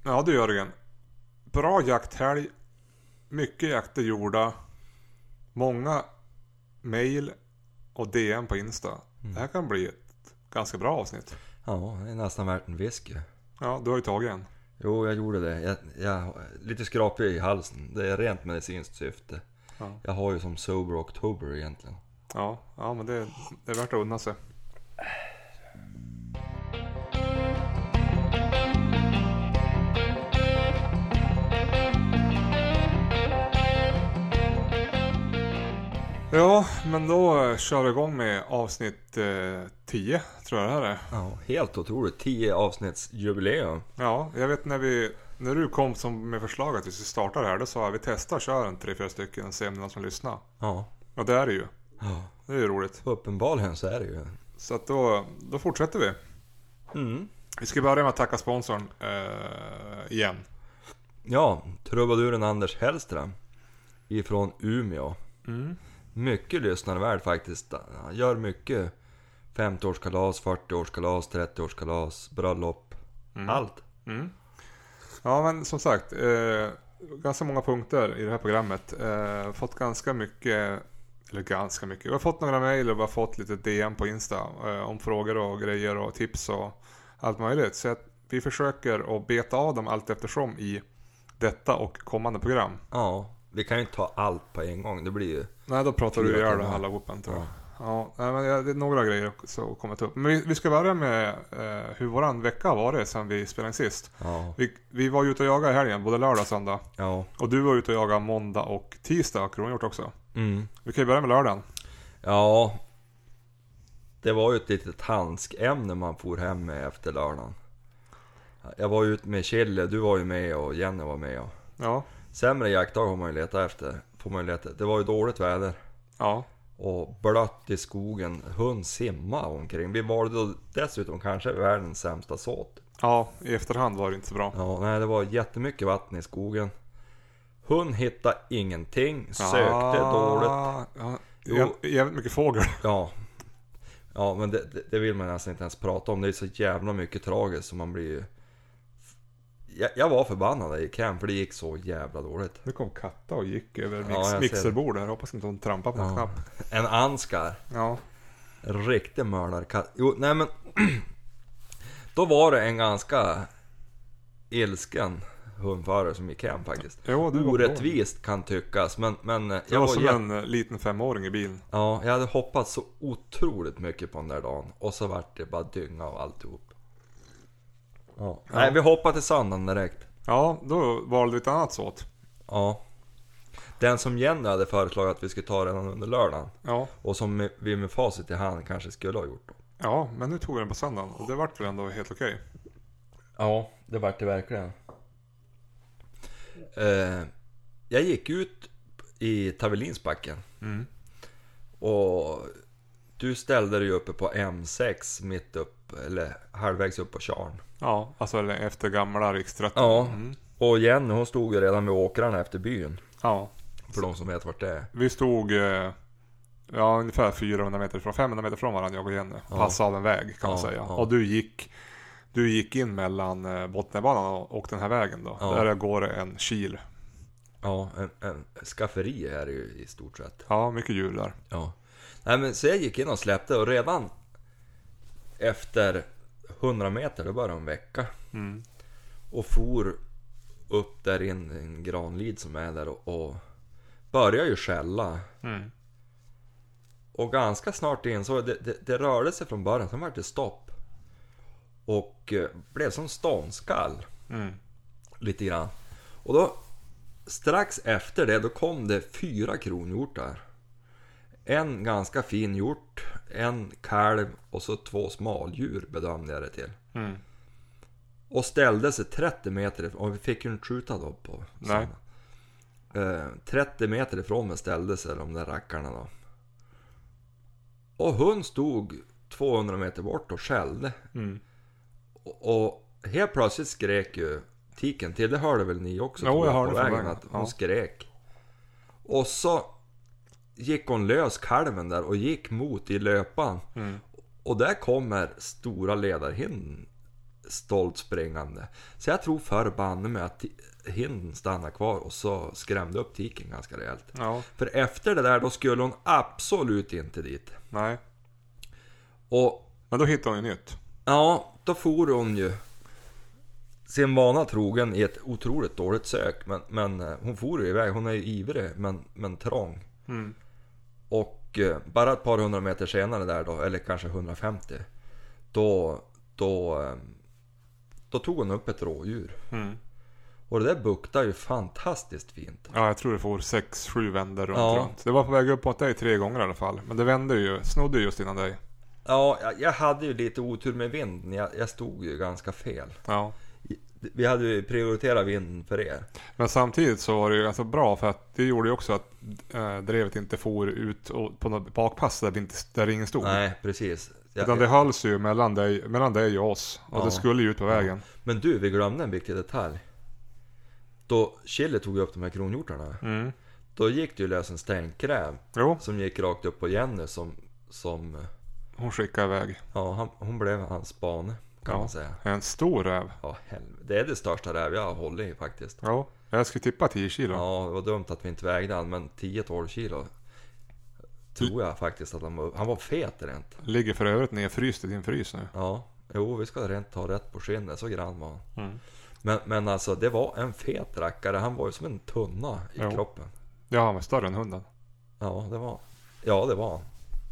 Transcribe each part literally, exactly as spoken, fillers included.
Ja du Jörgen. Bra jakthelg. Mycket jakter gjorda. Många mail och D M på Insta. Mm. Det här kan bli ett ganska bra avsnitt. Ja, det är nästan värt en whisky. Ja, du har ju tagit en. Jo, jag gjorde det. Jag, jag, lite skrapig i halsen. Det är rent medicinskt syfte. Ja. Jag har ju som sober oktober egentligen. Ja, ja men det, det är värt att unna sig. Ja, men då kör vi igång med avsnitt eh, tio, tror jag det här är. Ja, helt otroligt. tio avsnitts jubileum. Ja, jag vet när vi när du kom som med förslag att vi skulle starta det här, då sa jag vi testar köra en tre fyra stycken och se om det är någon som lyssnar. Ja. Och det är det ju. Ja. Det är ju roligt. Uppenbarligen så är det ju. Så att då, då fortsätter vi. Mm. Vi ska börja med att tacka sponsorn eh, igen. Ja, trubaduren Anders Hellström ifrån Umeå. Mm. Mycket lyssnarvärd faktiskt. Han gör mycket femtioårskalas, fyrtioårskalas, trettioårskalas, bröllop, mm. allt. Mm. Ja, men som sagt, eh, ganska många punkter i det här programmet. Eh, fått ganska mycket, eller ganska mycket. Vi har fått några mejl och vi har fått lite D M på Insta eh, om frågor och grejer och tips och allt möjligt. Så att vi försöker att beta av dem allt eftersom i detta och kommande program. Ja. Vi kan ju inte ta allt på en gång, det blir ju... Nej, då pratar du ihjäl det alla hopen, tror jag. Ja, ja men det är några grejer som kommit upp. Men vi, vi ska börja med eh, hur våran vecka har varit sen vi spelade sist. Ja. Vi, vi var ute och jagade i helgen, både lördag och söndag. Ja. Och du var ute och jagade måndag och tisdag, har Kronhjort också. Mm. Vi kan ju börja med lördagen. Ja, det var ju ett litet handskämne man får hem med efter lördagen. Jag var ute med Kjelle, du var ju med och Jenny var med. Och... Ja. Sämre jaktdag har man ju letat efter. Får man ju leta. Det var ju dåligt väder. Ja. Och blött i skogen. Hund simma omkring. Vi var då dessutom kanske världens sämsta såt. Ja, i efterhand var det inte så bra. Ja, nej, det var jättemycket vatten i skogen. Hund hittade ingenting. Sökte ja, dåligt. Ja, jo, jävligt mycket fågel. Ja. Ja, men det, det, det vill man nästan inte ens prata om. Det är så jävla mycket tragiskt som man blir ju... Jag, jag var förbannad i camp för det gick så jävla dåligt. Nu kom katta och gick över mix, ja, mixerbord här. Hoppas inte hon trampar på en ja. knapp. En anskar. Ja. En riktig mördarkatt. Jo, nej men... Då var det en ganska ilsken hundförare som gick hem faktiskt. Jo, det orättvist kan tyckas. Men, men det jag var, var som jätt... en liten femåring i bilen. Ja, jag hade hoppats så otroligt mycket på den där dagen. Och så vart det bara dynga av alltihop. Ja. Ja. Nej, vi hoppar till söndagen direkt. Ja, då valde vi ett annat såt. Ja. Den som Jenny hade föreslagit att vi skulle ta redan under lördagen. Ja. Och som vi med facit i hand kanske skulle ha gjort då. Ja, men nu tog vi den på söndagen. Och det vart väl ändå helt okej. Ja, det vart det verkligen. eh, Jag gick ut i Tavelinsbacken. Mm. Och du ställde dig uppe på M sex mitt upp, eller halvvägs upp på Tjarn. Ja, alltså efter gamla rikströtten. Ja, mm. Och Jenny hon stod ju redan vid åkrarna efter byn. Ja. För de som vet vart det är. Vi stod ja, ungefär fyrahundra meter från, femhundra meter från varandra, jag och Jenny. Ja. Passa av en väg kan man ja, säga. Ja. Och du gick du gick in mellan Bottenbanan och den här vägen då. Ja. Där går det en kil. Ja, en, en skafferi är det ju i stort sett. Ja, mycket djur där. Ja. Nej, men så jag gick in och släppte och redan efter hundra meter då började en vecka. Mm. Och for upp där in en granlid som är där och, och började ju skälla. Mm. Och ganska snart in så det, det, det rörde sig från början, sen var det stopp. Och eh, blev som ståndskall. Mm. Lite grann. Och då strax efter det då kom det fyra kronhjortar. En ganska fin hjort, en kalv och så två smaldjur bedömde jag det till. Mm. Och ställde sig trettio meter ifrån, och vi fick ju inte skjuta då på. Nej. Eh, trettio meter ifrån mig ställde sig de där rackarna då. Och hon stod tvåhundra meter bort och skällde. Mm. Och, och helt plötsligt skrek ju tiken till, det hörde väl ni också? Jo, jag hörde på vägen att hon ja. skrek. Och så gick hon lös kalven där och gick mot i löpan. Mm. Och där kommer stora ledarhinden stolt springande. Så jag tror förbanne med att hinden stannar kvar och så skrämde upp tiken ganska rejält. Ja. För efter det där då skulle hon absolut inte dit. Nej. Och Men då hittade hon ju nytt. ja, då for hon ju sin vana trogen i ett otroligt dåligt sök. Men, men hon for ju iväg, hon är ju ivrig men, men trång. Mm. Och eh, bara ett par hundra meter senare där då, eller kanske hundrafemtio, då, då, eh, då tog hon upp ett rådjur. Mm. Och det där buktar ju fantastiskt fint. Ja, jag tror det får sex, sju vänder runt, Ja. runt. Det var på väg upp mot dig tre gånger i alla fall. Men det vände ju, snodde just innan dig. Ja, jag, jag hade ju lite otur med vinden. Jag, jag stod ju ganska fel. Ja. Vi hade ju prioriterat vinden för er. Men samtidigt så var det ju ganska bra för att det gjorde ju också att äh, drevet inte for ut och, på något bakpass där, vi inte, där ingen stod. Nej, precis. Jag, Utan det hölls ju mellan dig, mellan dig och oss. Och Ja. det skulle ju ut på vägen. Men du, vi glömde en viktig detalj. Då Chile tog upp de här kronhjortarna, Mm. då gick det ju lös en stänkräv Jo, som gick rakt upp på Jenny som, som hon skickade iväg. ja, han, hon blev hans bane kan Ja. man säga. En stor räv. Ja, helvete. Det är det största räv jag har hållit i faktiskt. Ja, jag skulle tippa tio kilo. Ja, det var dumt att vi inte vägde han, men tio tolv kilo tror jag faktiskt att han var. Han var fet rent. Ligger för övrigt nedfryst i din frys nu. Ja, jo, vi ska rent ta rätt på skinnet, så grann var han. Mm. Men, men alltså, det var en fet rackare. Han var ju som en tunna i Jo. kroppen. Ja, han var större än hunden. Ja, det var Ja, det var han.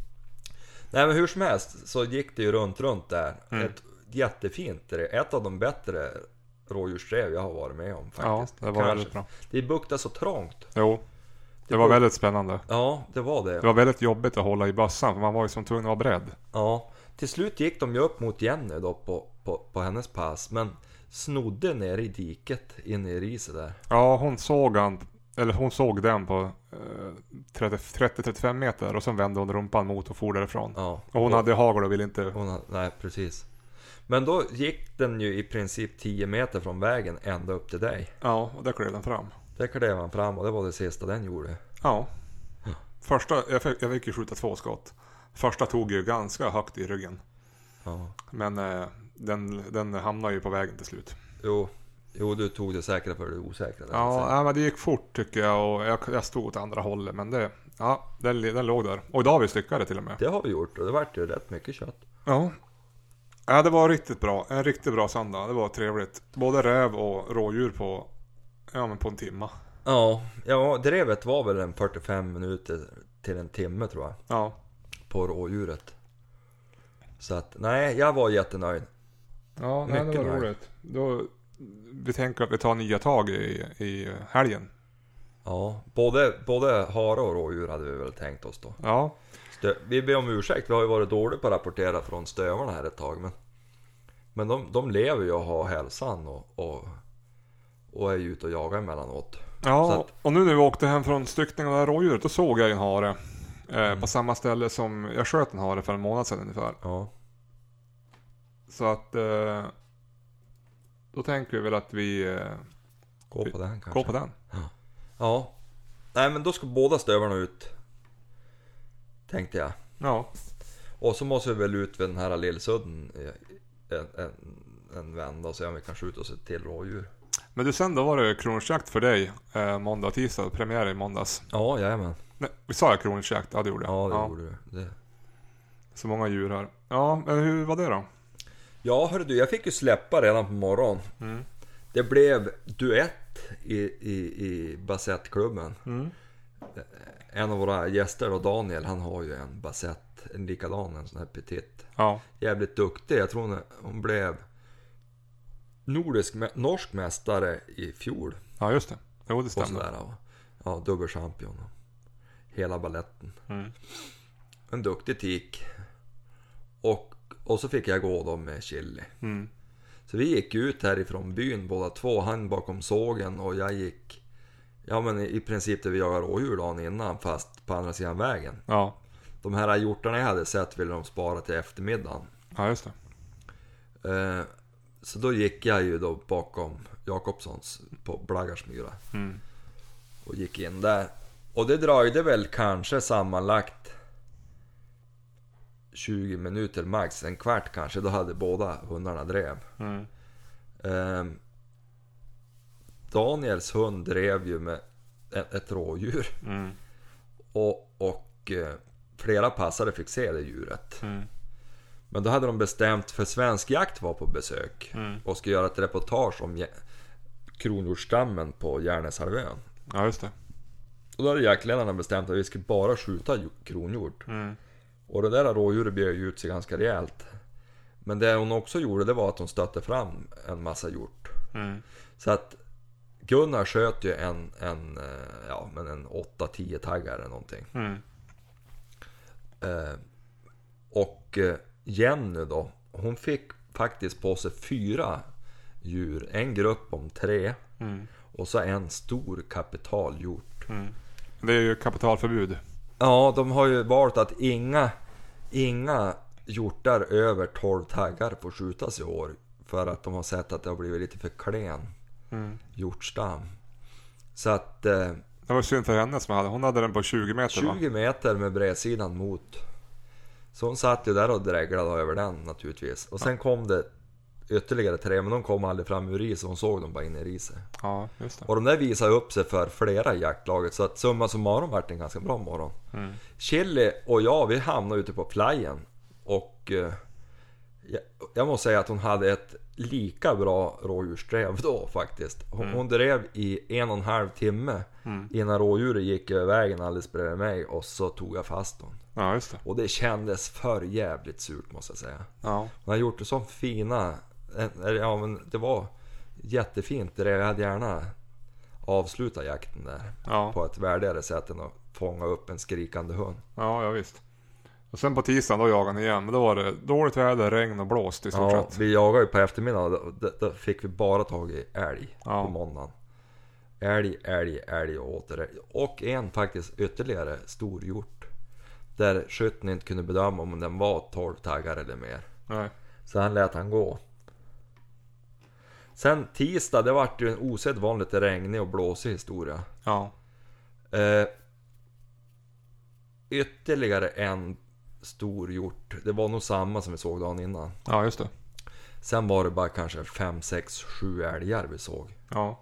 Nej, men hur som helst så gick det ju runt, runt där. Mm. Ett jättefint, ett av de bättre rådjursrev jag har varit med om Ja, faktiskt. det var Kanske. väldigt bra. Det buktade så trångt. Jo, det Det var buk- väldigt spännande. Ja, det var det. Det var väldigt jobbigt att hålla i bössan för man var ju som tvungen att vara beredd. Ja, till slut gick de ju upp mot Jenny då på, på, på hennes pass, men snodde ner i diket in i riset där. Ja, hon såg han, eller hon såg den på eh, trettio till trettiofem meter och sen vände hon rumpan mot och for därifrån. Ja. Och hon hade hagel och ville inte... Hon hade, nej, precis. Men då gick den ju i princip tio meter från vägen ända upp till dig. Ja, och där klev den fram. Där klev han fram och det var det sista den gjorde. Ja. Första, jag fick, jag fick ju skjuta två skott. Första tog ju ganska högt i ryggen. Ja. Men eh, den, den hamnade ju på vägen till slut. Jo, jo, du tog det säkra för det osäkra. där, så att Ja, säga. nej, men det gick fort tycker jag och jag, jag stod åt andra hållet. Men det, ja, den, den låg där. Och idag har vi styckade till och med. Det har vi gjort och det vart ju rätt mycket kött. Ja. Ja, det var riktigt bra. En riktigt bra söndag. Det var trevligt. Både räv och rådjur på, ja, men på en timma. Ja, ja, drevet var väl en fyrtiofem minuter till en timme tror jag. Ja. På rådjuret. Så att, nej, jag var jättenöjd. Ja, nej, det Mycket var nöjd. roligt. Då, vi tänker att vi tar nya tag i, i helgen. Ja, både, både hare och rådjur hade vi väl tänkt oss då. Ja. Stö- vi ber om ursäkt, vi har ju varit dåliga på att rapportera från stövarna här ett tag. Men, men de, de lever ju och har hälsan och, och, och är ju ute och jagar emellanåt. Ja, Så att- och nu när vi åkte hem från styckningen av det här rådjuret, då såg jag en hare. Eh, Mm. På samma ställe som jag sköt en hare för en månad sedan ungefär. Ja, Så att eh, då tänker vi väl att vi eh, gå på den kanske. går på den. Ja, nej men då ska båda stövarna ut. Tänkte jag. Ja, Och så måste vi väl ut vid den här lillsudden en, en, en vända och se om vi kan skjuta oss ett till rådjur. men du, sen då var det kronhjortsjakt för dig eh, måndag och tisdag, premiär i måndags. Ja, jajamän. Nej, vi sa jag kronhjortsjakt? Ja, det gjorde jag. Ja, det gjorde du. Det. Så många djur här. Ja, men hur var det då? Ja, hörru du, jag fick ju släppa redan på morgonen. Mm. Det blev duett i, i, i basettklubben. Mm. En av våra gäster då, Daniel, han har ju en basett, en likadan, en sån här petit. Ja, Jävligt duktig, jag tror hon, hon blev nordisk, norsk mästare i fjol. ja just det. Jo, det Och stämmer. sådär, ja, ja dubbelchampion. Hela balletten. Mm. En duktig tik. Och, och så fick jag gå då med Chili. Mm. Så vi gick ut härifrån byn båda två, han bakom sågen och jag gick, ja men i princip där vi jagade rådjur dagen innan, fast på andra sidan vägen. Ja. De här hjortarna jag hade sett ville de spara till eftermiddagen. Ja, just det. Eh, så då gick jag ju då bakom Jakobssons på Blaggarsmyra Mm. och gick in där. Och det dröjde väl kanske sammanlagt tjugo minuter max, en kvart kanske, då hade båda hundarna drev. Mm. Eh, Daniels hund drev ju med ett, ett rådjur. Mm. Och, och eh, flera passare fick se det djuret. Mm. Men då hade de bestämt, för Svensk Jakt var på besök Mm. och ska göra ett reportage om kronhjortsstammen på Järnäshalvön. Ja, just det. Och då hade jaktledarna bestämt att vi skulle bara skjuta kronhjort. Mm. Och det där rådjuret bjöd ut sig ganska rejält. Men det hon också gjorde, det var att hon stötte fram en massa hjort. Mm. Så att Gunnar sköt ju en, en, ja, men en åtta tio taggar eller någonting. Mm. Eh, och Jenny då, hon fick faktiskt på sig fyra djur. En grupp om tre. Mm. Och så en stor kapitalhjort. Mm. Det är ju kapitalförbud. Ja, de har ju valt att inga, inga hjortar över tolv taggar får skjutas i år. För att de har sett att det har blivit lite för klen mm. hjortstam. Så att... Eh, det var synd för henne som hade. Hon hade den på tjugo meter, tjugo va? meter med bredsidan mot. Så hon satt ju där och dreglade över den naturligtvis. Och sen ja. kom det ytterligare tre, men de kom aldrig fram ur ris och hon såg dem bara in i riset. Ja, just det. Och de där visade upp sig för flera i jaktlaget, så att summa summarum vart en ganska bra morgon. Mm. Chili och jag, vi hamnade ute på flyen och eh, jag, jag måste säga att hon hade ett lika bra rådjursdrev då faktiskt. Hon, mm. hon drev i en och en halv timme mm. innan rådjuret gick över vägen alldeles bredvid mig och så tog jag fast hon. Ja, just det. Och det kändes för jävligt surt, måste jag säga. Ja. Hon har gjort det så fina. Ja, men det var jättefint. Jag hade gärna avslutat jakten där ja. på ett värdigare sätt än att fånga upp en skrikande hund. Ja, ja visst. Och sen på tisdagen då jagade ni igen. Men då var det dåligt väder, regn och blåst i stort ja, sett. Vi jagade ju på eftermiddagen. Då, då, då fick vi bara tag i älg ja. på måndagen. Älg, älg, älg och åter älg. Och en faktiskt ytterligare stor hjort. Där skytten inte kunde bedöma om den var tolv taggar eller mer. Nej. Så han lät han gå. Sen tisdag, det var ju en osedvanligt regnig och blåsig historia. Ja. Eh, ytterligare en stor hjort. Det var nog samma som vi såg dagen innan. Ja, just det. Sen var det bara kanske fem, sex, sju älgar vi såg. Ja.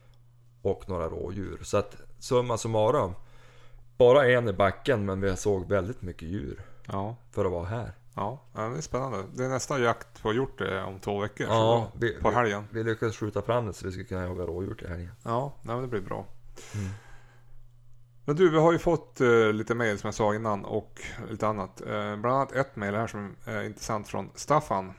Och några rådjur. Så att summa summarum, bara en i backen, men vi såg väldigt mycket djur. Ja. För att vara här. Ja, det är spännande. Det är nästa jakt på hjort om två veckor. Ja, vi, på helgen. Vi, vi lyckades skjuta fram det så vi skulle kunna jaga rådjur till helgen. Ja, nej, det blir bra. Mm. Men du, vi har ju fått uh, lite mejl som jag sa innan och lite annat. Uh, bland annat ett mejl här som är intressant från Staffan.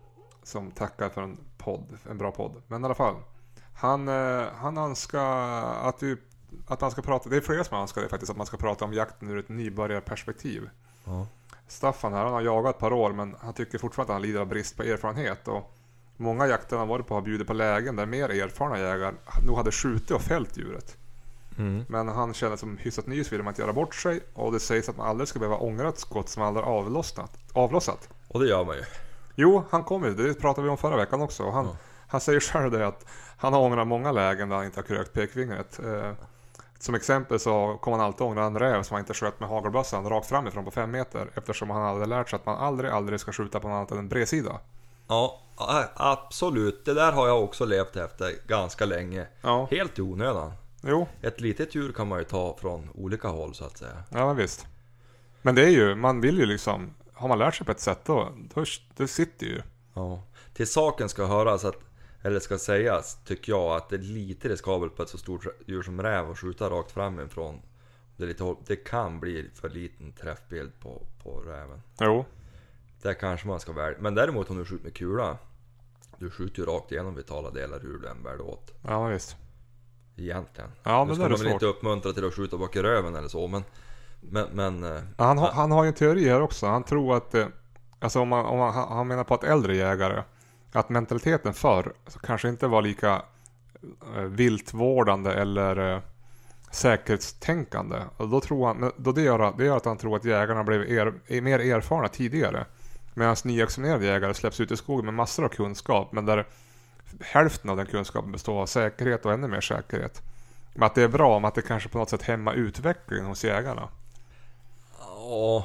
Som tackar för en podd, en bra podd. Men i alla fall. Han, uh, han önskar att vi att man ska prata, det är flera som önskar det faktiskt, att man ska prata om jakten ur ett nybörjarperspektiv. Ja. Staffan här, han har jagat ett par år, men han tycker fortfarande att han lider av brist på erfarenhet. Och många jakter han varit på har bjudit på lägen där mer erfarna jägare nog hade skjutit och fällt djuret. Mm. Men han känner som hyfsat ny, så vill man inte göra bort sig. Och det sägs att man aldrig ska behöva ångra ett skott som aldrig avlossat. avlossat. Och det gör man ju. Jo, han kommer ju, det pratade vi om förra veckan också. Och han, ja. han säger själv det att han har ångrat många lägen där han inte har krökt pekfingret. Eh, Som exempel så kom han alltid ångra en räv som han inte sköt med hagelbössan rakt framifrån på fem meter. Eftersom han hade lärt sig att man aldrig, aldrig ska skjuta på något annat än en bredsida. Ja, absolut. Det där har jag också levt efter ganska länge. Ja. Helt i onödan. Jo. Ett litet djur kan man ju ta från olika håll så att säga. Ja, men visst. Men det är ju, man vill ju liksom, har man lärt sig på ett sätt då, då det sitter ju. Ja. Till saken ska höras att, eller ska sägas, tycker jag att det är lite riskabelt på ett så stort djur som räv och skjuta rakt framifrån. Det, är lite, det kan bli för liten träffbild på, på räven. Jo. Där kanske man ska välja. Men däremot om du skjuter med kula, du skjuter ju rakt igenom vitala delar hur du än bär åt. Ja, visst. Egentligen. Ja, men nu ska det är man svårt. väl inte uppmuntra till att skjuta bak i röven eller så, men... men, men ja, han, ha, han har ju en teori här också. Han tror att... Alltså om man, om man, han menar på att äldre jägare... Att mentaliteten förr så kanske inte var lika eh, viltvårdande eller eh, säkerhetstänkande. Och då tror han, då det gör, det gör att han tror att jägarna blev er, är mer erfarna tidigare. Medan nyexaminerade jägare släpps ut i skogen med massor av kunskap, men där hälften av den kunskapen består av säkerhet och ännu mer säkerhet. Men att det är bra om att det kanske på något sätt hämmar utvecklingen hos jägarna. Ja,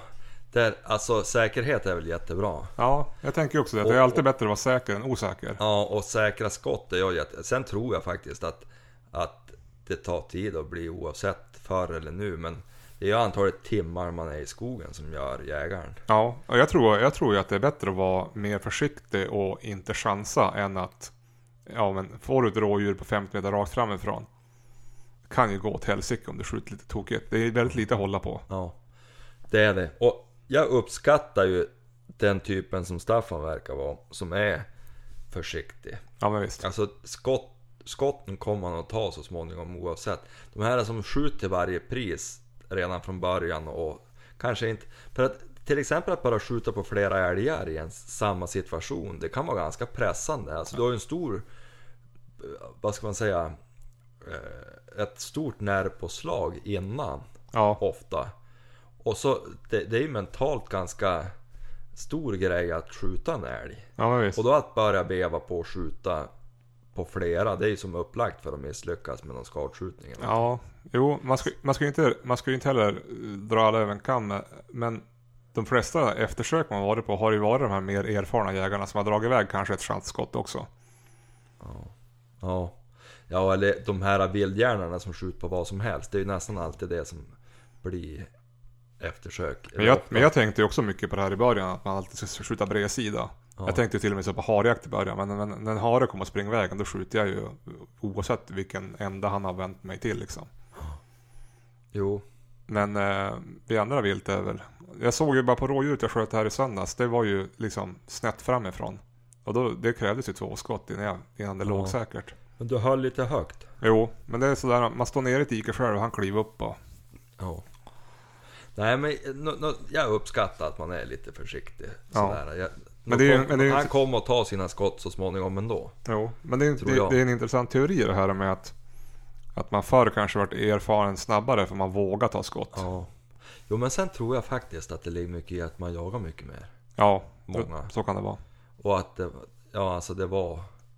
Där, alltså säkerhet är väl jättebra. Ja, jag tänker också det. Och, det är alltid bättre att vara säker än osäker. Ja, och säkra skott är jag jätte... Sen tror jag faktiskt att, att det tar tid att bli oavsett förr eller nu. Men det är ju antalet timmar man är i skogen som gör jägaren. Ja, och jag tror, jag tror ju att det är bättre att vara mer försiktig och inte chansa än att ja, men får du ett rådjur på femtio meter rakt framifrån kan ju gå åt helsike om du skjuter lite tokigt. Det är väldigt lite att hålla på. Ja, det är det. Och jag uppskattar ju den typen som Staffan verkar vara, som är försiktig. Ja, men visst. Alltså skott, skotten kommer man att ta så småningom oavsett. De här som skjuter till varje pris redan från början och kanske inte... För att till exempel att bara skjuta på flera älgar i en samma situation, det kan vara ganska pressande. Alltså du har ju en stor, vad ska man säga, ett stort nervpåslag innan, ja. ofta. Och så, det, det är ju mentalt ganska stor grej att skjuta en älg. Ja, men visst. Och då att börja beva på att skjuta på flera, det är ju som upplagt för att misslyckas med någon skadskjutning. Ja, jo, man ska, man ska ju inte, man ska ju inte heller dra alla över en kam, men de flesta eftersök man varit på har ju varit de här mer erfarna jägarna som har dragit iväg kanske ett chansskott också. Ja, ja. Ja, eller de här vildhjärnarna som skjuter på vad som helst, det är ju nästan alltid det som blir eftersök. Men jag, men jag tänkte ju också mycket på det här i början, att man alltid ska skjuta bredsida. Ja. Jag tänkte till och med så på harjakt i början, men när, när en hare kommer att springa vägen, då skjuter jag ju oavsett vilken ända han har vänt mig till liksom. Jo. Men eh, vi andra vilt är väl... Jag såg ju bara på rådjuret jag sköt här i söndags, det var ju liksom snett framifrån. Och då, det krävdes ju två skott innan, jag, innan det ja. låg säkert. Men du höll lite högt. Jo, men det är sådär, man står ner i ett dike själv och han kliver upp och... Ja. Nej, men no, no, jag uppskattar att man är lite försiktig. Sådär. Ja. Jag, men det är, kom, men det är, han kommer att ta sina skott så småningom ändå. Jo, men det är, det, det är en intressant teori det här med att, att man förr kanske varit erfaren snabbare för man vågar ta skott. Ja. Jo, men sen tror jag faktiskt att det ligger mycket i att man jagar mycket mer. Ja, många. Så kan det vara. Och att det, ja, alltså det var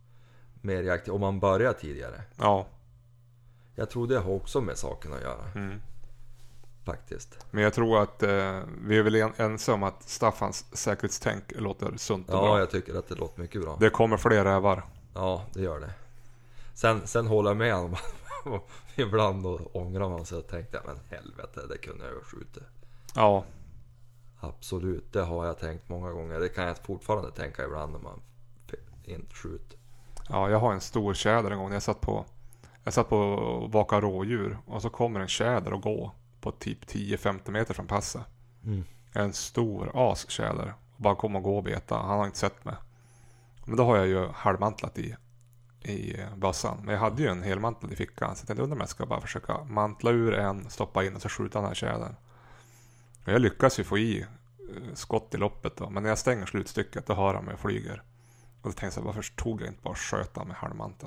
mer jakt om man börjar tidigare. Ja. Jag tror det har också med saken att göra. Mm. Faktiskt. Men jag tror att eh, vi är väl en, ense om att Staffans säkerhetstänk låter sunt och ja, bra. Ja, jag tycker att det låter mycket bra. Det kommer fler rävar. Ja, det gör det. Sen, sen håller jag med om ibland då ångrar man sig och tänkte, men helvete, det kunde jag ju skjuta. Ja. Absolut, det har jag tänkt många gånger. Det kan jag fortfarande tänka ibland när man inte skjuter. Ja, jag har en stor tjäder en gång när jag satt på jag satt på att vaka rådjur och så kommer en tjäder och gå på typ tio femton meter från passet. Mm. En stor astjäder och bara kom och gå och beta. Han har inte sett mig. Men då har jag ju halvmantlat i i bössan. Men jag hade ju en helmantlad i fickan, så jag tänkte undra om jag ska bara försöka mantla ur en, stoppa in och så skjuta den här tjädern. Och jag lyckas ju få i skott i loppet då, men när jag stänger slutstycket då hör han mig och flyger. Och då tänkte jag, varför tog jag inte bara sköta med halvmanteln?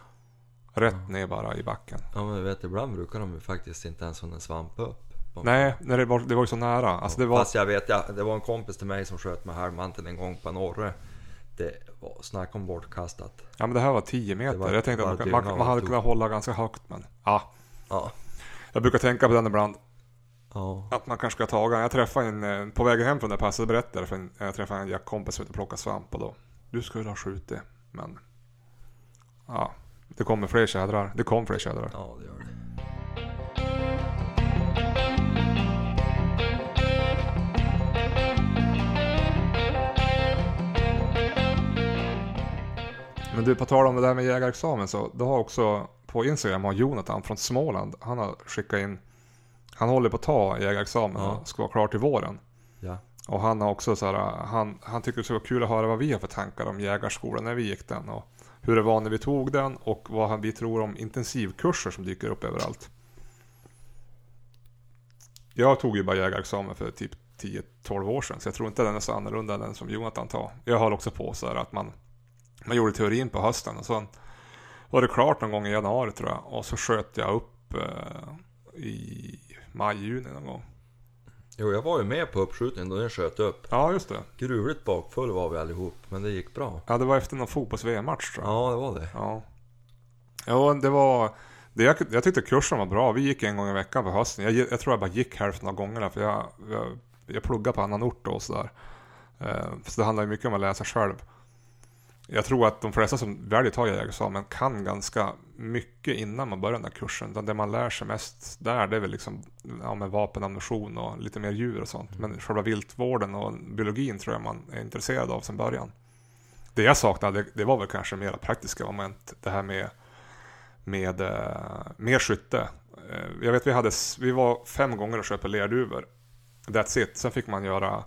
Rätt ja. ner bara i backen. Ja, men du vet, ibland brukar de ju faktiskt inte ens en svamp upp. Nej, när det, var, det var ju så nära. Alltså, det var... Fast jag vet, ja, det var en kompis till mig som sköt med halvmanteln en gång på en orre. Det var snack om bortkastat. Ja, men det här var tio meter. Var, jag tänkte att man, man, man hade kunnat hålla ganska högt, men ja. ja. Jag brukar tänka på den ibland. Ja. Att man kanske ska ta. Jag träffade en, på vägen hem från det passet, berättade för en, jag träffade en jaktkompis som heter plocka svamp och då. Du skulle ha skjutit, men ja, det kommer fler tjädrar. Det kom fler tjädrar. Ja, det gör det. Men du, på tal om det där med jägarexamen, så då har också på Instagram har Jonathan från Småland, han har skickat in, han håller på att ta jägarexamen ja. och ska vara klar till våren. Ja. Och han har också så här, han, han tycker det skulle vara kul att höra vad vi har för tankar om jägarskolan när vi gick den och hur det var när vi tog den och vad vi tror om intensivkurser som dyker upp överallt. Jag tog ju bara jägarexamen för typ tio tolv år sedan, så jag tror inte den är så annorlunda än den som Jonathan tar. Jag har också på så här att man Man gjorde teorin på hösten och så var det klart någon gång i januari tror jag. Och så sköt jag upp eh, i maj, juni någon gång. Jo, jag var ju med på uppskjutningen då den sköt upp. Ja, just det. Gruvligt bakfull var vi allihop, men det gick bra. Ja, det var efter någon fotbolls-V M-match tror jag. Ja, det var det. Ja, ja det var... Det jag, jag tyckte kursen var bra. Vi gick en gång i veckan på hösten. Jag, jag tror jag bara gick hälften av gångerna för jag, jag jag pluggar på annan ort och sådär. Så det handlar ju mycket om att läsa själv. Jag tror att de flesta som väljer att ta jägarexamen kan ganska mycket innan man börjar den här kursen. Det man lär sig mest där, det är väl liksom ja, med vapen, ammunition och lite mer djur och sånt. Men själva viltvården och biologin tror jag man är intresserad av sedan början. Det jag saknade, det var väl kanske mer praktiska moment. Det här med, med uh, mer skytte. Uh, jag vet vi hade, vi var fem gånger och köpa lerduvor. That's it. Sen fick man göra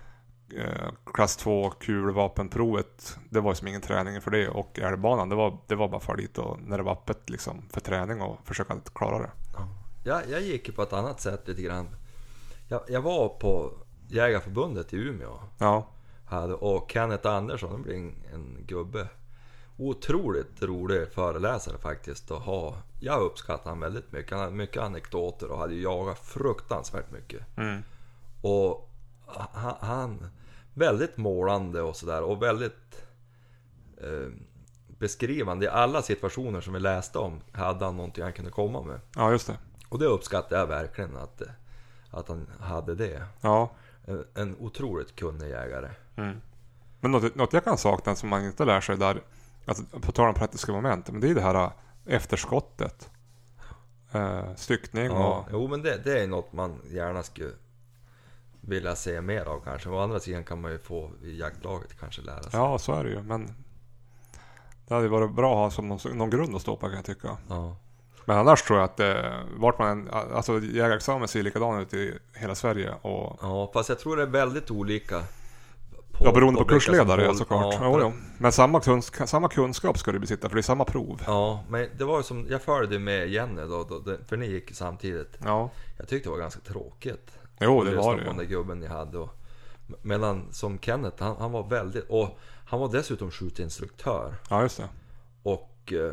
klass två kulvapenprovet. Det var ju som ingen träning för det. Och älgbanan, det var, det var bara för dit och när det var öppet liksom, för träning och försöka klara det. Ja. Jag, jag gick ju på ett annat sätt lite grann. Jag, jag var på Jägarförbundet i Umeå. Ja. Hade, och Kenneth Andersson blev en, en gubbe. Otroligt rolig föreläsare faktiskt att ha. Jag uppskattar han väldigt mycket. Han hade mycket anekdoter och hade jagat fruktansvärt mycket. Mm. Och han, han väldigt målande och sådär och väldigt eh, beskrivande i alla situationer som vi läste om. Hade han någonting han kunde komma med. Ja, just det. Och det uppskattar jag verkligen att, att han hade det. Ja. En, en otroligt kunnig jägare. Mm. Men något, något jag kan sakna som man inte lär sig där, alltså, på tal om praktiska moment, men det är det här efterskottet. Eh, styckning ja, och... Jo, men det, det är något man gärna skulle vilja se mer av kanske. Å andra sidan kan man ju få i jaktlaget kanske lära sig. Ja, så är det ju. Men det hade varit bra att ha som någon, någon grund att stå på, kan jag tycka. Ja. Men annars tror jag att eh, vart man än, alltså jägarexamen ser likadan ut i hela Sverige. Och... Ja, fast jag tror det är väldigt olika. På, ja, beroende på kursledare håll, såklart. Ja, jo, jo. Men samma, kunsk- samma kunskap ska du besitta, för det är samma prov. Ja, men det var ju som, jag följde med Jenny då, då, då, för ni gick samtidigt. Ja. Jag tyckte det var ganska tråkigt. Jo, det var det. På den där gubben ni hade. Och, medan som Kenneth, han, han var väldigt, och han var dessutom skjutinstruktör. Ja, just det. Och eh,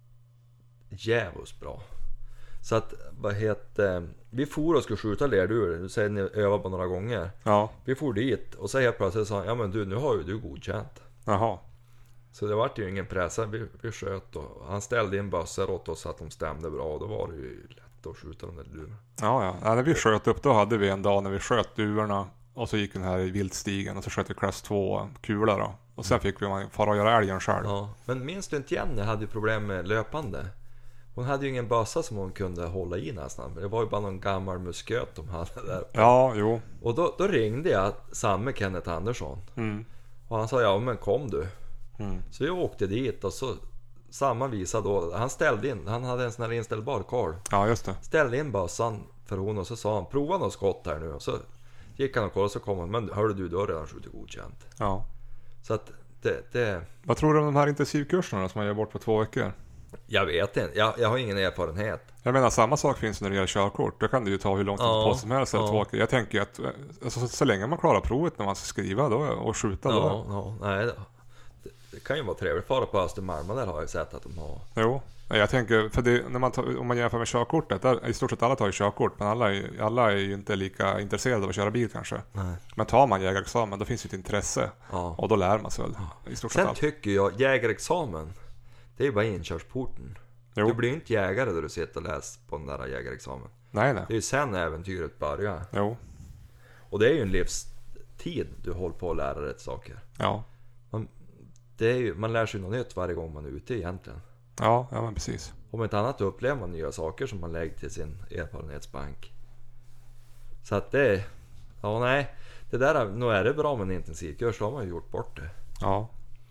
jävligt bra. Så att, vad heter, vi for och skulle skjuta lerduvor. Du säger ni övar på några gånger. Ja. Vi for dit och så helt plötsligt sa han, ja men du, nu har ju du godkänt. Jaha. Så det var ju ingen pressa, vi, vi sköt och han ställde in bössor åt oss så att de stämde bra. Och då var det ju lätt att skjuta de där duvorna. Ja, ja. ja. När vi sköt upp, då hade vi en dag när vi sköt duvorna. Och så gick den här i viltstigen och så sköt vi klass två kula då. Och sen fick vi fara och göra älgen själv. Ja, men minns du inte Jenny hade ju problem med löpande? Hon hade ju ingen bössa som hon kunde hålla i nästan. Det var ju bara någon gammal musköt de hade där. Ja, jo. Och då, då ringde jag samme Kenneth Andersson. Mm. Och han sa, ja men kom du. Mm. Så vi åkte dit och så samma visa då. Han ställde in, han hade en sån här inställbar karl. Ja, just det. Ställde in bössan för hon och så sa han, prova något skott här nu. Och så gick han och kollade och så kom han, men hörde du, du har redan skjutit godkänt. Ja. Så att det, det... Vad tror du om de här intensivkurserna som man gör bort på två veckor? Jag vet inte, jag, jag har ingen erfarenhet. Jag menar, samma sak finns när det gäller körkort. Då kan det ju ta hur lång tid Ja, på som helst eller ja. två veckor. Jag tänker att alltså, så, så länge man klarar provet när man ska skriva då, och skjuta då. Ja, ja, nej, det, det kan ju vara trevligt. Fara på Östermalm, där har jag sett att de har. Jo, jag tänker, för det, när man tar, om man jämför med körkortet, där, i stort sett alla tar ju körkort, men alla är, alla är ju inte lika intresserade av att köra bil kanske. Nej. Men tar man jägarexamen, då finns ju ett intresse. Ja. Och då lär man sig väl i stort sett Sen allt. tycker jag, jägarexamen, det är ju bara inkörsporten. Jo. Du blir ju inte jägare där du sitter och läser på den där jägarexamen. Nej, nej. Det är ju sen äventyret börjar. Jo, Och det är ju en livstid du håller på att lära dig saker. ja. Man, det är ju, man lär sig något nytt varje gång man är ute egentligen. Ja, ja men precis. Om inte annat upplever man nya saker som man lägger till sin erfarenhetsbank. Så att det, ja nej, det där, nog är det bra med en intensivkurs, så har man ju gjort bort det. Ja.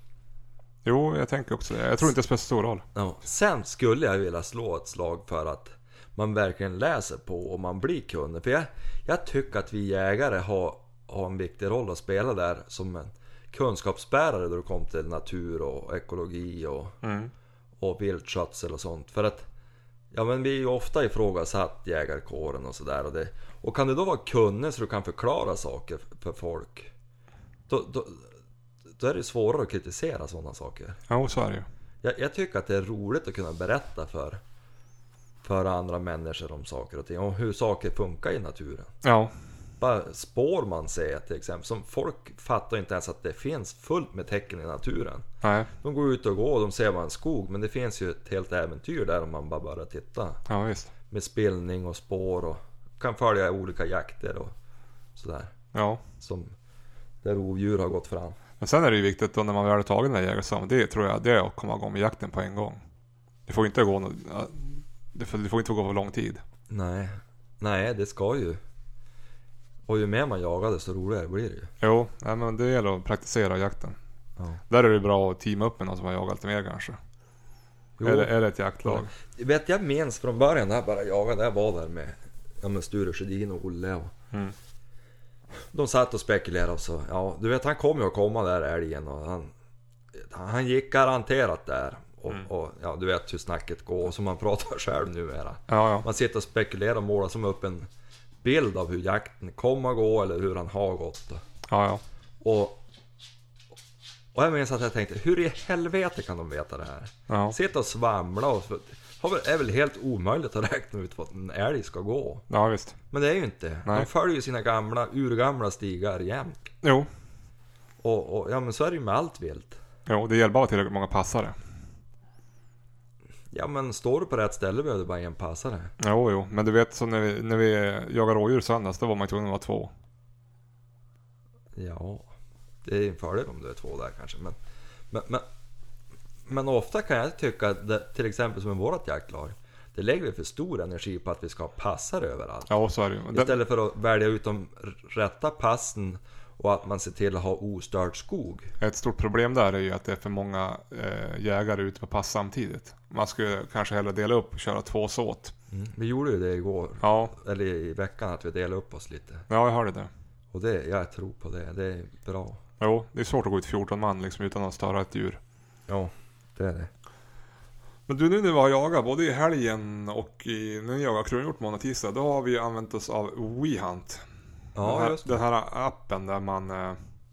Jo, jag tänker också det. Jag tror inte det spelar så stor roll. Ja. Sen skulle jag vilja slå ett slag för att man verkligen läser på och man blir kunnig. För jag, jag tycker att vi jägare har, har en viktig roll att spela där som en kunskapsbärare då det kommer till natur och ekologi och, Mm. och viltskötsel och sånt. För att ja, men vi är ju ofta ifrågasatt jägarkåren och sådär. Och, det, och kan du då vara kunnig så du kan förklara saker för folk, då, då, då är det svårare att kritisera sådana saker. Ja, så är det ju. Jag, jag tycker att det är roligt att kunna berätta för, för andra människor om saker och ting. Om hur saker funkar i naturen. Ja. Bara spår man ser till exempel. Som folk fattar inte ens att det finns fullt med tecken i naturen. Nej. De går ut och går och de ser vad en skog. Men det finns ju ett helt äventyr där om man bara börjar titta. Ja, visst. Med spillning och spår och kan följa olika jakter och sådär. Ja. Som där rovdjur har gått fram. Men sen är det ju viktigt då när man väl har tagit den här jägarexamen. Det tror jag det är att komma igång med jakten på en gång. Det får inte gå no- det får, det får inte gå för lång tid. Nej, nej det ska ju. Och ju mer man jagar desto roligare blir det ju. Jo, nej, men det gäller att praktisera jakten. Ja. Där är det bra att teama upp med någon som har jagat lite mer kanske. Jo. Eller är det ett jaktlag? Ja. Vet jag minns från början när jag bara jagade, jag var där med, ja, med Sture Sjödin och Olle och Mm. de satt och spekulerade och så, ja du vet han kommer ju att komma där älgen och han, han gick garanterat där och, Mm. och ja du vet hur snacket går som man pratar själv numera. Ja, ja. Man sitter och spekulerar och målar som upp en bild av hur jakten kommer att gå eller hur han har gått. Ja, ja. Och, och jag minns att jag tänkte, hur i helvete kan de veta det här? Ja. Sitta och svamla och det är väl helt omöjligt att räkna ut vad en älg ska gå. Ja, visst. Men det är ju inte. Nej. De följer ju sina gamla, urgamla stigar jämt. Jo. Och, och ja men så är det ju med allt vilt. Jo, det gäller bara tillräckligt många passare. Ja men står du på rätt ställe behöver du bara en passare. Jo, jo. Men du vet, så när vi, när vi jagar rådjur söndags, då var man tvungen att vara två. Ja, det är en fördel om du är två där kanske. Men, men, men, men ofta kan jag tycka att det, till exempel som i vårat jaktlag, det lägger vi för stor energi på att vi ska ha passare överallt. Ja, så är det ju. Den, Istället för att välja ut de rätta passen och att man ser till att ha ostörd skog. ett stort problem där är ju att det är för många eh, jägare ute på pass samtidigt. Man skulle kanske hellre dela upp och köra två såt. Mm. Vi gjorde ju det igår, Ja, eller i veckan, att vi delade upp oss lite. ja, jag hörde det. Och det, jag tror på det, det är bra. Jo, det är svårt att gå ut fjorton man liksom utan att störa ett djur. Ja, det är det. Men du, nu när vi har jagat både i helgen och i, när vi jagar kronhjort måndag tisdag, då har vi använt oss av WeHunt. den, Ja, här, just det. den här appen där man eh,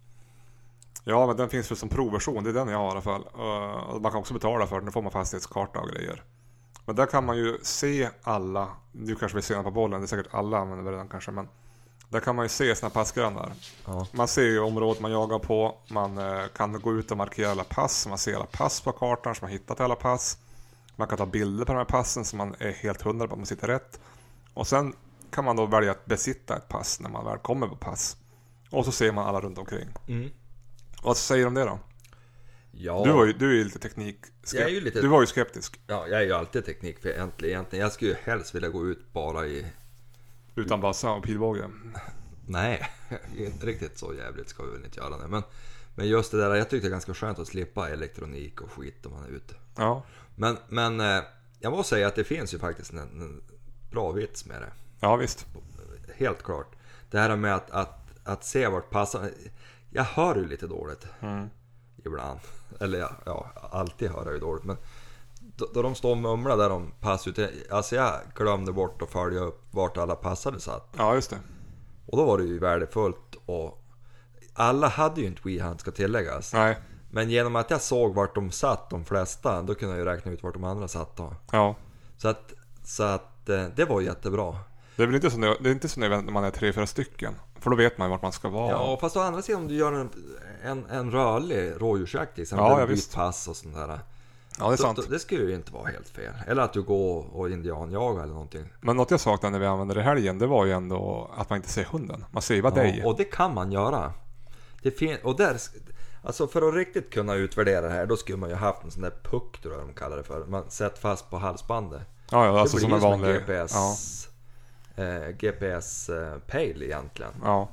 ja, men den finns väl som provversion. Det är den jag har i alla fall. Uh, och man kan också betala för den. Då får man fastighetskarta och grejer. Men där kan man ju se alla. Du kanske vill se den på bollen. Det är säkert alla använder den kanske. Men där kan man ju se sina passgrannar. Ja. Man ser ju området man jagar på. Man uh, kan gå ut och markera alla pass. Man ser alla pass på kartan så man hittat alla pass. Man kan ta bilder på de här passen så man är helt hundra på att man sitter rätt. Och sen kan man då välja att besitta ett pass när man väl kommer på pass. Och så ser man alla runt omkring. Mm. Vad säger du om det då? Ja. Du, var ju, du är ju lite teknik... Jag är ju lite- Du var ju skeptisk. Ja, jag är ju alltid teknikfientlig egentligen. Jag skulle ju helst vilja gå ut bara i... Utan bassa och pilbåge. Nej, inte riktigt så jävligt ska vi väl inte göra det. Men, men just det där, jag tyckte det är ganska skönt att slippa elektronik och skit om man är ute. Ja. Men, men eh, jag måste säga att det finns ju faktiskt en, en bra vits med det. Ja, visst. Helt klart. Det här med att, att, att se vart passar. Jag hör ju lite dåligt. Mm. Ibland. Eller ja, ja, alltid hör jag ju dåligt. Men då, då de står och mumlar där de passar ut. Alltså jag glömde bort att följa upp vart alla passade satt. Ja, just det. Och då var det ju värdefullt. Och alla hade ju inte WeHunt ska tilläggas. Nej. Men genom att jag såg vart de satt, de flesta, då kunde jag ju räkna ut vart de andra satt då. Ja. Så att, så att eh, det var jättebra. Det är väl inte så, det är inte så när man är tre, fyra stycken. För då vet man ju vart man ska vara. Ja, fast å andra sidan om du gör en, en, en rörlig rådjursjakt till exempel, Ja, ja, ja, visst. pass och sånt där. Ja, det är Så, sant. då, det skulle ju inte vara helt fel. Eller att du går och indianjagar eller någonting. Men något jag saknade när vi använde det i helgen, det var ju ändå att man inte ser hunden. Man ser ju bara dig. Ja, och det kan man göra. Det fin- och där, alltså för att riktigt kunna utvärdera det här, då skulle man ju haft en sån där puck, tror jag de kallar det för. Man sätter fast på halsbandet. Ja, ja, alltså det blir som en ju vanlig... G P S, Ja. eh, G P S-pejl egentligen. Ja.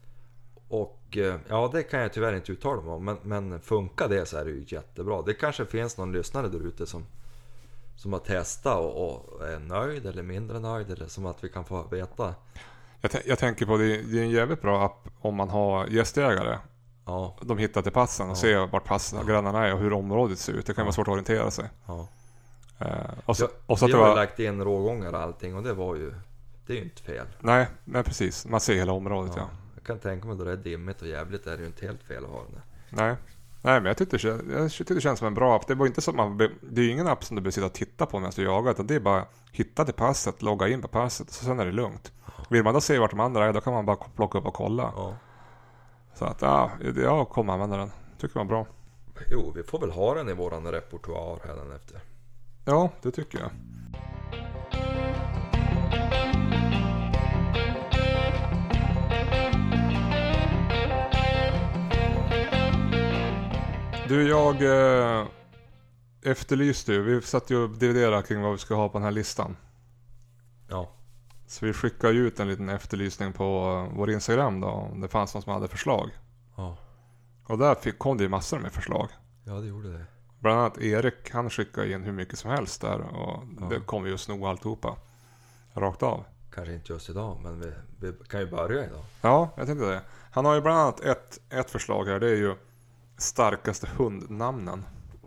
Och eh, ja, det kan jag tyvärr inte uttala mig om. Men, men funkar det så är det ju jättebra. Det kanske finns någon lyssnare där ute som, som har testat och, och är nöjd eller mindre nöjd. Eller som att vi kan få veta. Jag, t- jag tänker på, det, det är en jävligt bra app om man har gästjägare. Ja, De hittar till passen och Ja. ser vart passen och grannarna är och hur området ser ut. Det kan Ja. vara svårt att orientera sig. ja. Eh, och så, Jag, och så att vi det har ju var... lagt in rågångar och allting. Och det var ju, det är ju inte fel. Nej, men precis. Man ser hela området, ja. Ja. Jag kan tänka mig då det är dimmigt och jävligt, är det ju inte helt fel att ha den. Nej. Nej, men jag tyckte, det kän- jag tyckte det känns som en bra app. Det var inte så att man... be- Det är ju ingen app som du behöver sitta och titta på medan du jagar. Utan det är bara hitta till passet, logga in på passet och sen är det lugnt. Vill man då se vart de andra är, då kan man bara plocka upp och kolla. Ja. Så att, ja, jag kommer använda den. Tycker det var bra. Jo, vi får väl ha den i våran repertoar här efter. Ja, det tycker jag. Du, jag eh, efterlyste ju. Vi satt ju och dividerade kring vad vi ska ha på den här listan. Ja. Så vi skickade ut en liten efterlysning på uh, vår Instagram då. Om det fanns någon som hade förslag. Ja. Och där fick, kom det ju massor med förslag. Ja, det gjorde det. Bland annat Erik, han skickade in hur mycket som helst där. Och Ja. det kom vi ju sno alltihopa. Rakt av. Kanske inte just idag, men vi, vi kan ju börja idag. Ja, jag tänkte det. Han har ju bland annat ett, ett förslag här. Det är ju starkaste hundnamnen.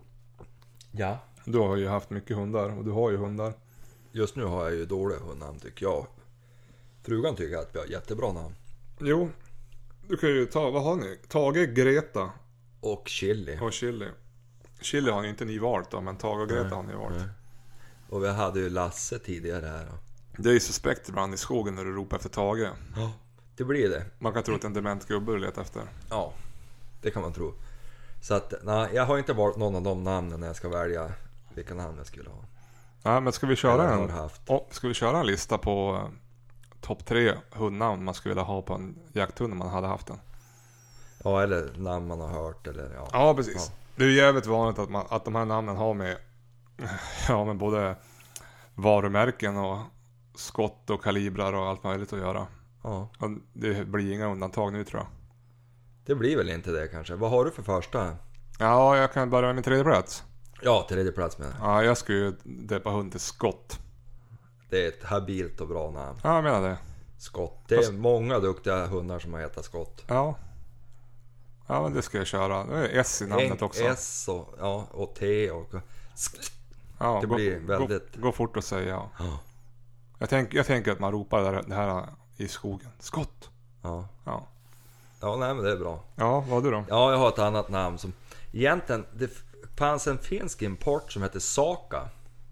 Ja. Du har ju haft mycket hundar och du har ju hundar. Just nu har jag ju dåliga hundnamn tycker jag. Frugan tycker att vi har jättebra namn. Jo, du kan ju ta, vad har ni? Tage, Greta Och Chili. och Chili. Chili har ni inte ni valt då, men Tage och Greta Nej, har ni valt. nej. Och vi hade ju Lasse tidigare här då. Det är ju suspekt ibland i skogen när du ropar efter Tage. Ja, det blir det. Man kan tro att det är en dement gubbe du letar efter. Ja, det kan man tro. Så att, nej, jag har inte valt någon av de namnen när jag ska välja vilka namn jag skulle ha. Ja, men ska vi köra Eller en, har haft. oh, ska vi köra en lista på uh, topp tre hundnamn man skulle vilja ha på en jakthund om man hade haft den? Ja, eller namn man har hört eller ja. Ja, precis. Ja. Det är ju jävligt vanligt att, man, att de här namnen har med, ja, med både varumärken och skott och kalibrar och allt möjligt att göra. Ja, Och det blir inga undantag nu tror jag. det blir väl inte det kanske. Vad har du för första? Ja, jag kan börja med min tredje plats. Ja, tredje plats med. Ja, jag skulle ju döpa hund till Skott. Det är ett habilt och bra namn. Ja, jag menar det. Skott. Det är Fast- många duktiga hundar som har hetat Skott. Ja. Ja, men det ska jag köra. Det är S i namnet också. S och, ja, och T och... Ja, det gå, blir väldigt- Gå, gå fort att säga. Ja. Jag, tänk, jag tänker att man ropar det här, det här i skogen. Skott. Ja. Ja. Ja, nej men det är bra. Ja, vad har du då? Ja, jag har ett annat namn som... Egentligen, det fanns en finsk import som hette Saka.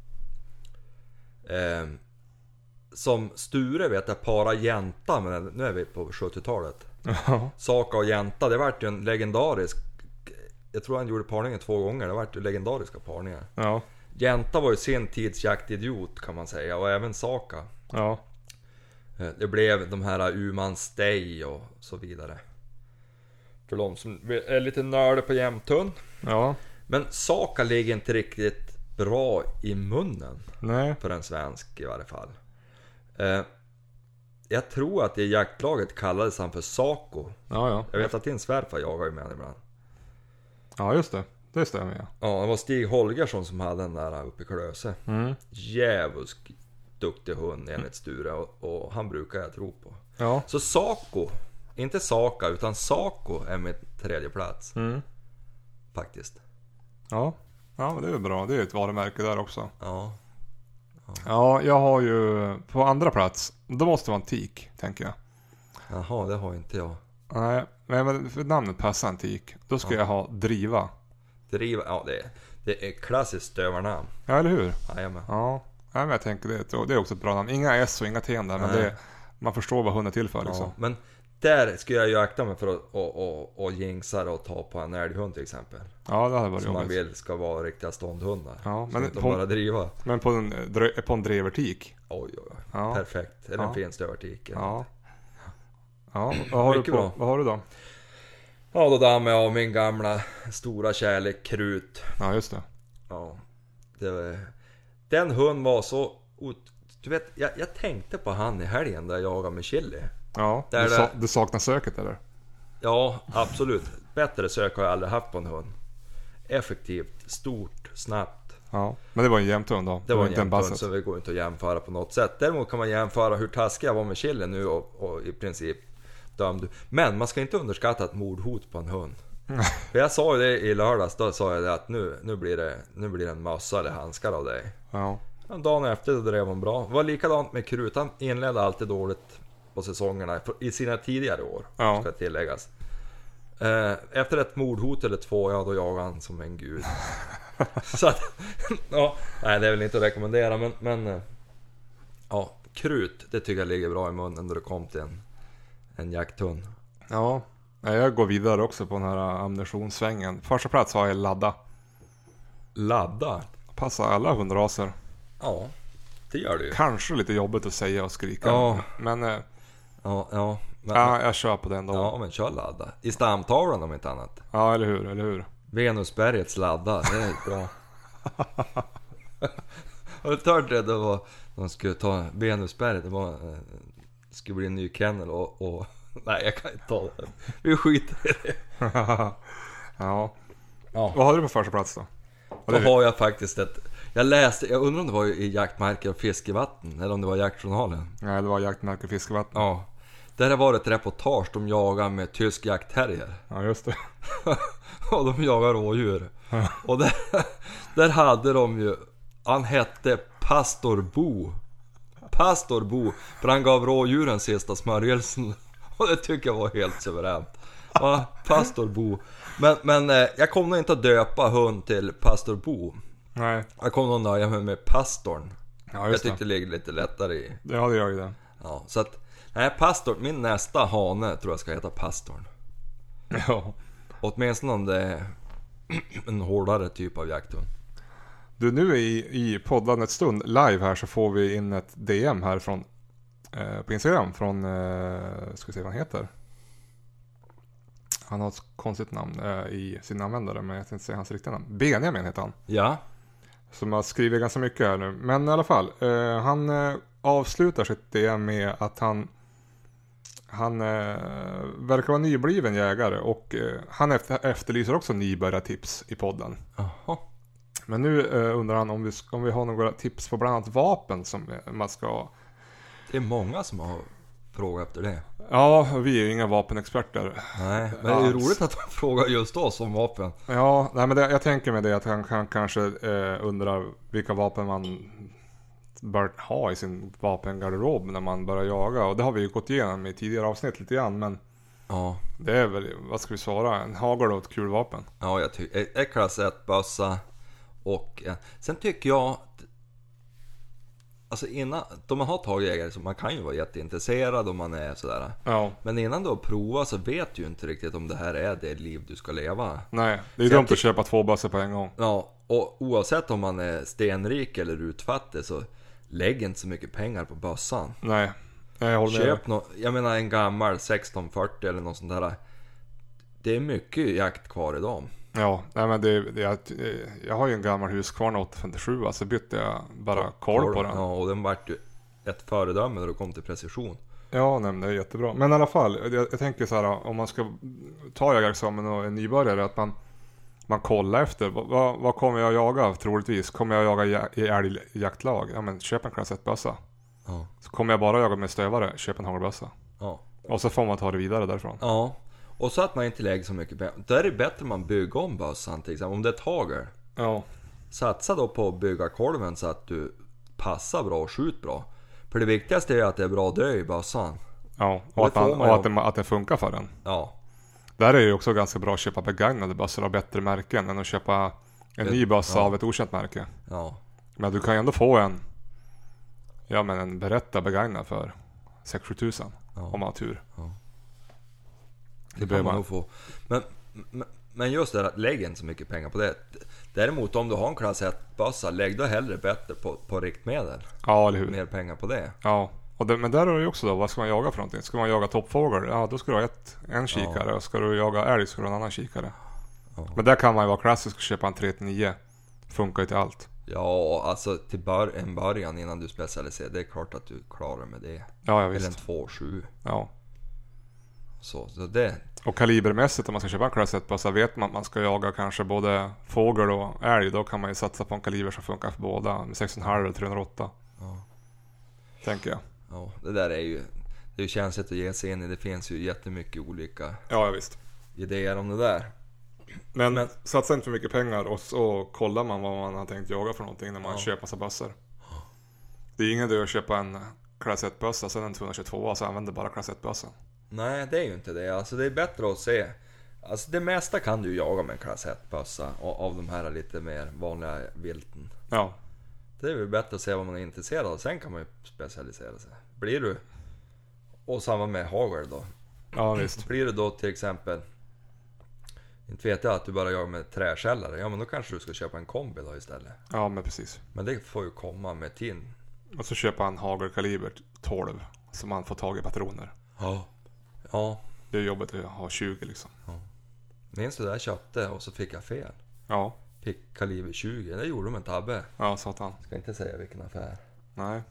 Eh, som Sture vet jag para jänta, men nu är vi på sjuttiotalet. Ja. Saka och jänta, det vart ju en legendarisk... Jag tror han gjorde parningen två gånger, det vart ju legendariska parningar. Ja. Jänta var ju sin tids jaktidiot kan man säga, och även Saka. Ja. Eh, Det blev de här Uman Stay och så vidare. För de som är lite nörda på jämthund. Ja. Men Saka ligger inte riktigt bra i munnen. Nej. För en svensk i varje fall. Eh, jag tror att i jaktlaget kallades han för Sako. Ja, ja. Jag vet att din svärfar jagar ju med honom ibland. Ja, just det. Det stämmer ja. Ja, det var Stig Holgersson som hade den där uppe i Klöse. Mm. Djävulsk duktig hund enligt Sture. Och, och han brukar jag tro på. Ja. Så Sako, inte Saka utan Sako är min tredje plats. Mm. Faktiskt. Ja. Ja, men det är ju bra. Det är ett varumärke där också. Ja. Ja, jag har ju på andra plats. Då måste det vara en tik, tänker jag. Jaha, det har inte jag. Nej, men för namnet passar en tik. Då ska Ja. jag ha Driva. Driva, ja det är, det är klassiskt stövarnamn. Ja, eller hur? Jajamän. Ja. Ja, men jag tänker det. Och det är också ett bra namn. Inga S och inga T där, men Nej. det, man förstår vad hunden är till för liksom. Ja, men där ska jag ju akta mig för att och, och, och jinxa det och ta på en älghund till exempel. Ja, det hade varit Som man jobbigt. vill ska vara riktiga ståndhundar. Ja, Så men inte på- bara driva. Men på en, dre- på en drevertik. Oj, oj, oj. Ja. Perfekt. Eller en Ja. fin stövartik. Ja. Ja, vad har, du Mycket på, bra. vad har du då? Ja, då dammar jag av min gamla stora kärlek Krut. Ja, just det. Ja. Det var, den hund var så... ot- Du vet, jag, jag tänkte på han i helgen där jag jagade med Chili. Ja, Där du, det- sa, du saknar söket eller? Ja, absolut. Bättre sök har jag aldrig haft på en hund. Effektivt, stort, snabbt. Ja, men det var en jämthund då. Det var en inte en jämthund basset. så det går inte att jämföra på något sätt. Däremot kan man jämföra hur taskig jag var med Chili nu och, och i princip dömd. Men man ska inte underskatta ett mordhot på en hund. För jag sa ju det i lördags, då sa jag det att nu, nu, blir det, nu blir det en mössa eller handskar av dig. Ja. Dagen efter då drev hon bra. Det var likadant med Krut, han inledde alltid dåligt på säsongerna i sina tidigare år, Ja. ska tilläggas. Eh, Efter ett mordhot eller två, ja då jagade han som en gud. Så att, ja, nej det är väl inte att rekommendera men, men eh, ja, Krut, det tycker jag ligger bra i munnen då det kom till en, en jakthund. Ja. Ja, jag går vidare också på den här ammunitionssvängen. Första plats har jag Ladda. Ladda? Passar alla hundraser. Ja, det gör det ju. Kanske lite jobbigt att säga och skrika. Ja. Men äh, Ja, ja, men, ja, jag kör på den då. ja, men kör ladda. I stamtavlan om inte annat. Ja, eller hur, eller hur. Venusbergets laddar, det är bra. Har du hört det? Det var, de skulle ta Venusberget, det var, det skulle bli en ny kennel och, och nej, jag kan inte ta det. Vi skiter i det. ja. Ja. Vad har du på första plats då? Då har jag faktiskt ett... Jag läste, jag undrar om det var i jaktmarker och fiskevatten, eller om det var jaktjournalen. Nej, det var jaktmarker och fiskevatten. Ja. Där var ett reportage, de jagar med tysk jaktterrier. Ja, just det. Och de jagar rådjur. Och där, där hade de ju... Han hette Pastor Bo. Pastor Bo. För han gav rådjuren sista smörjelsen. Och det tycker jag var helt suveränt. Ja, Pastor Bo. Men, men eh, jag kommer nog inte att döpa hund till Pastor Bo. Nej. Jag kommer nog nöja mig med pastorn. Ja, just jag tyckte det. det ligger lite lättare i. Ja, det gör ju det. Ja, så att... Nej, pastor. Min nästa hane tror jag ska heta pastorn. Ja. Åtminstone om det är en hårdare typ av jakthund. Du, nu i, i podden ett stund live här så får vi in ett D M här från eh, på Instagram från, eh, ska vi se vad han heter. Han har ett konstigt namn eh, i sin användare, men jag tänkte inte säga hans riktiga namn. Benjamin heter han. Ja. Som har skrivit ganska mycket här nu. Men i alla fall, eh, han eh, avslutar sitt D M med att han Han eh, verkar vara nybliven jägare och eh, han efter, efterlyser också nybörjartips i podden. Aha. Men nu eh, undrar han om vi, om vi har några tips på bland annat vapen som man ska... Det är många som har frågat efter det. Ja, vi är ju inga vapenexperter. Nej, men det är ju roligt att de frågar just oss om vapen. Ja, nej, men det, jag tänker med det att han kan kanske eh, undrar vilka vapen man bör ha i sin vapengarderob när man börjar jaga. Och det har vi ju gått igenom i tidigare avsnitt lite grann, men Ja. det är väl, vad ska vi svara, en hagel och ett kulvapen. Ja, jag tycker ett klass ett bössa och en. Sen tycker jag alltså innan, då man har tagit jägare så man kan ju vara jätteintresserad om man är sådär. Ja. Men innan du har provat så vet du ju inte riktigt om det här är det liv du ska leva. Nej, det är Så dumt jag att köpa två bössor på en gång. Ja, och oavsett om man är stenrik eller utfattig så lägg inte så mycket pengar på bössan. Nej, jag håller med. Köp nå, jag menar en gammal sexton fyrtio eller något sånt där. Det är mycket jakt kvar i dem. Ja, nej men det, det jag, jag har ju en gammal Husqvarna åtta femtiosju, alltså bytte jag bara koll på den. Ja, och den vart ju ett föredöme när det kom till precision. Ja, nej, men det är jättebra. Men i alla fall, jag, jag tänker så här, om man ska ta jägarexamen och en nybörjare, att man, man kollar efter, vad, vad kommer jag jaga troligtvis? Kommer jag jaga i älgjaktlag? Ja, men köp en klass ett bössa. Ja. Så kommer jag bara jaga med stövare, köp en hagelbössa. Ja. Och så får man ta det vidare därifrån. Ja. Och så att man inte lägger så mycket pengar. Då är det bättre man bygger om bössan till exempel. Om det är ett hagel. Ja. Satsa då på att bygga kolven så att du passar bra och skjut bra. För det viktigaste är att det är bra dö i bössan. Ja, och, Och att, det man, får man och ju att, det, att det funkar för den. Ja. Där är det ju också ganska bra att köpa begagnade bössor av bättre märken än att köpa en ny bössa Ja. av ett okänt märke. Ja. Men du kan ju ändå få en, ja men en Beretta begagnad för sex sju tusen Ja. om man har tur. Ja. Det Det behöver kan man man. nog få. Men, men, men just det här, lägg inte så mycket pengar på det. Däremot om du har en klass ett bössa, lägg då hellre bättre på, på riktmedel. Ja, eller hur? Mer pengar på det. Ja, och det, men där är det ju också då, vad ska man jaga för någonting? Ska man jaga toppfågel? Ja, då ska du ha ett, en kikare. Ja. Och ska du jaga älg ska du ha en annan kikare. Ja. Men där kan man ju vara klassisk och köpa en tre till nio. Funkar ju till allt. Ja, alltså till bör- en början innan du specialiserar. Det är klart att du klarar med det. Ja, ja Eller en visst. två sju. Ja. Så, så det... Och kalibermässigt om man ska köpa en klass ett bössa, vet man att man ska jaga kanske både fågel och älg, då kan man ju satsa på en kaliber som funkar för båda med sex komma fem eller tre noll åtta. Ja. Tänker jag. Ja, det där är ju... Det är ju känsligt att ge sig in i. Det finns ju jättemycket olika Ja, ja visst. idéer om det där. Men, Men- satsa inte för mycket pengar och så kollar man vad man har tänkt jaga för någonting när man Ja. köper massa bössor. Det är ingen idé att köpa en klass ett bössa sen en tvåhundratjugotvå och så använder bara klass ett bössan. Nej, det är ju inte det. Alltså det är bättre att se. Alltså det mesta kan du jaga med en klass ett bössa av de här lite mer vanliga vilten. Ja. Det är väl bättre att se vad man är intresserad av. Sen kan man ju specialisera sig. Blir du... Och samma med hagel då. Ja, visst. Blir det då till exempel... Inte vet jag att du bara jagar med träskällare. Ja, men då kanske du ska köpa en kombi då istället. Ja, men precis. Men det får ju komma med tin. Och så köpa en hagelkaliber tolv så man får tag i patroner. Ja. Ja. Det är jobbigt att ha tjugo liksom. Ja. Minns du det? Jag köpte och så fick jag fel. Ja. Fick kaliber tjugo. Det gjorde de en tabbe. Ja, satan. Ska inte säga vilken affär. Nej.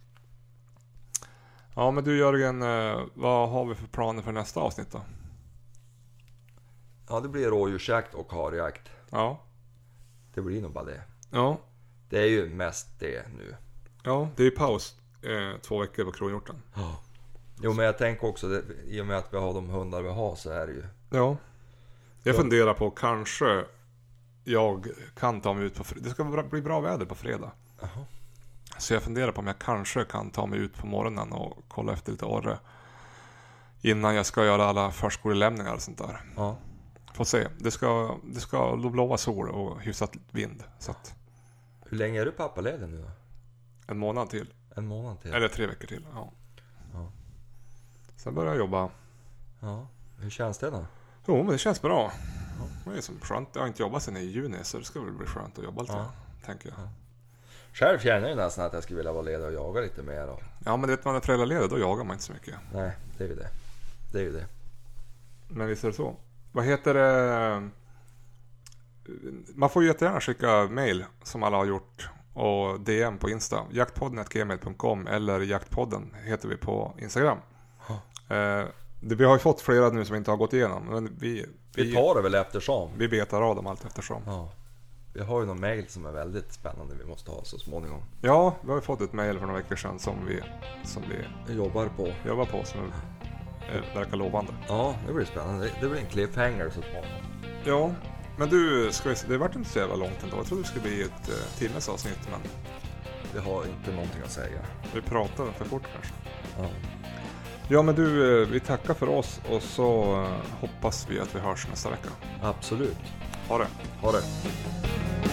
Ja, men du Jörgen, vad har vi för planer för nästa avsnitt då? Ja, det blir rådjursjakt och harjakt. Ja. Det blir nog bara det. Ja. Det är ju mest det nu. Ja, det är paus eh, två veckor på kronhjorten. Ja. Jo, men jag tänker också, det, i och med att vi har de hundar vi har så är det ju. Ja. Jag Ja. funderar på kanske jag kan ta mig ut på fredag. Det ska bli bra väder på fredag. Aha. Så jag funderar på om jag kanske kan ta mig ut på morgonen och kolla efter lite orre. Innan jag ska göra alla förskolelämningar och sånt där. Ja. Får se. Det ska, det ska blåa sol och hyfsat vind. Så att Hur länge är du pappaledig nu då? en månad till. En månad till? Eller tre veckor till. Ja. Ja. Sen börjar jag jobba. Ja. Hur känns det då? Jo, men det känns bra. Det är som skönt. Jag har inte jobbat sedan i juni, så det ska väl bli skönt att jobba lite. Ja. Tänker jag. Ja. Själv känner jag ju nästan att jag skulle vilja vara ledig och jaga lite mer då. Ja, men vet man är föräldraledig, då jagar man inte så mycket. Nej, det är ju det. Det är ju det. Men visst är det så. Vad heter det? Man får ju jättegärna skicka mail som alla har gjort och D M på Insta. jaktpodden at gmail punkt com eller jaktpodden heter vi på Instagram. Ja. Eh, det, vi har ju fått flera nu som inte har gått igenom. Men vi, Vi tar det väl eftersom. Vi betar av dem allt eftersom. Ja. Vi har ju någon mail som är väldigt spännande vi måste ha så småningom. Ja, vi har ju fått ett mail för några veckor sedan som vi, som vi Vi jobbar på. jobbar på som är, verkar lovande. Ja, det blir spännande. Det blir en cliffhanger så småningom. Ja, men du, ska vi, det vart inte så jävla långt ändå. Jag trodde det skulle bli ett eh, timmes avsnitt, men Vi har inte någonting att säga. vi pratade för fort kanske. Ja. Ja, men du, eh, vi tackar för oss och så eh, hoppas vi att vi hörs nästa vecka. Absolut. Ha det! Ha det.